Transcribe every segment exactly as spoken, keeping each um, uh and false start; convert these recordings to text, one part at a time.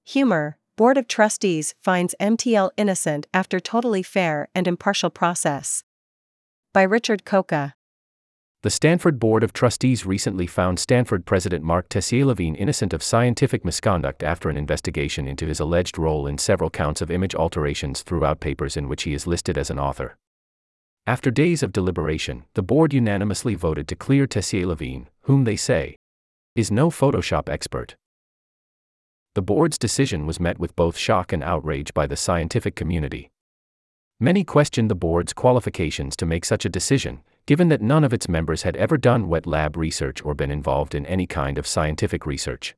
Humor, Board of Trustees finds M T L innocent after totally fair and impartial process. By Richard Coca. The Stanford Board of Trustees recently found Stanford President Mark Tessier-Lavigne innocent of scientific misconduct after an investigation into his alleged role in several counts of image alterations throughout papers in which he is listed as an author. After days of deliberation, the board unanimously voted to clear Tessier-Lavigne, whom they say is no Photoshop expert. The board's decision was met with both shock and outrage by the scientific community. Many questioned the board's qualifications to make such a decision, given that none of its members had ever done wet lab research or been involved in any kind of scientific research.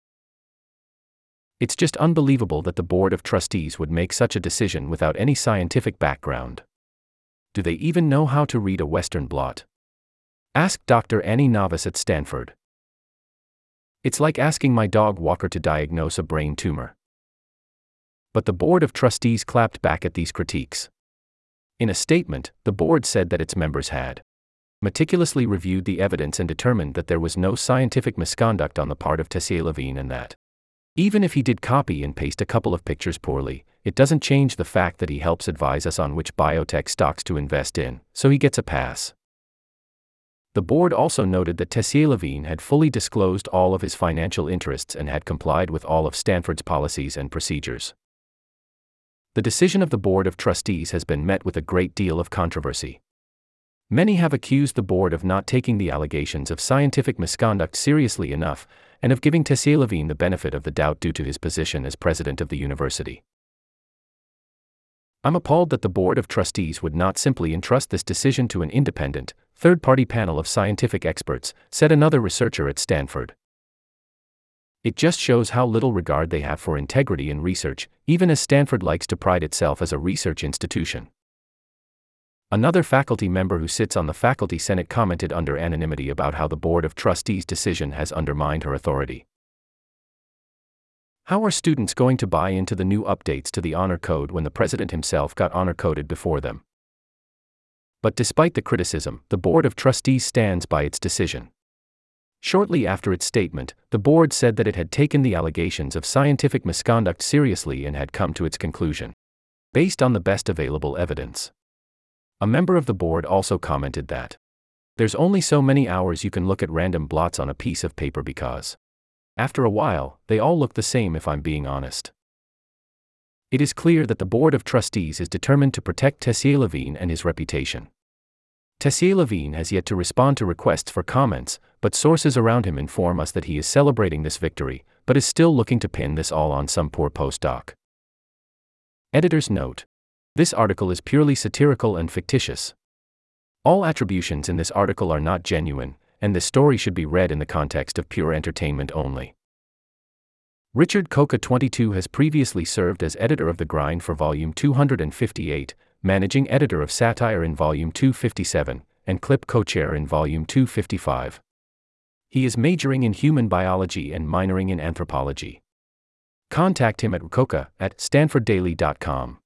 It's just unbelievable that the Board of Trustees would make such a decision without any scientific background. Do they even know how to read a Western blot? Asked Doctor Annie Novice at Stanford. It's like asking my dog Walker to diagnose a brain tumor. But the Board of Trustees clapped back at these critiques. In a statement, the board said that its members had meticulously reviewed the evidence and determined that there was no scientific misconduct on the part of Tessier-Lavigne, and that even if he did copy and paste a couple of pictures poorly, it doesn't change the fact that he helps advise us on which biotech stocks to invest in, so he gets a pass. The board also noted that Tessier-Lavigne had fully disclosed all of his financial interests and had complied with all of Stanford's policies and procedures. The decision of the Board of Trustees has been met with a great deal of controversy. Many have accused the board of not taking the allegations of scientific misconduct seriously enough, and of giving Tessier-Lavigne the benefit of the doubt due to his position as president of the university. I'm appalled that the Board of Trustees would not simply entrust this decision to an independent, third-party panel of scientific experts, said another researcher at Stanford. It just shows how little regard they have for integrity in research, even as Stanford likes to pride itself as a research institution. Another faculty member who sits on the faculty senate commented under anonymity about how the Board of Trustees' decision has undermined her authority. How are students going to buy into the new updates to the honor code when the president himself got honor coded before them? But despite the criticism, the Board of Trustees stands by its decision. Shortly after its statement, the board said that it had taken the allegations of scientific misconduct seriously and had come to its conclusion based on the best available evidence. A member of the board also commented that there's only so many hours you can look at random blots on a piece of paper because, after a while, they all look the same if I'm being honest. It is clear that the Board of Trustees is determined to protect Tessier-Lavigne and his reputation. Tessier-Lavigne has yet to respond to requests for comments, but sources around him inform us that he is celebrating this victory, but is still looking to pin this all on some poor postdoc. Editor's note: this article is purely satirical and fictitious. All attributions in this article are not genuine, and this story should be read in the context of pure entertainment only. Richard Coca twenty-two has previously served as editor of The Grind for Volume two hundred fifty-eight, managing editor of Satire in Volume two fifty-seven, and Clip co-chair in Volume two fifty-five. He is majoring in human biology and minoring in anthropology. Contact him at coca at stanford daily dot com.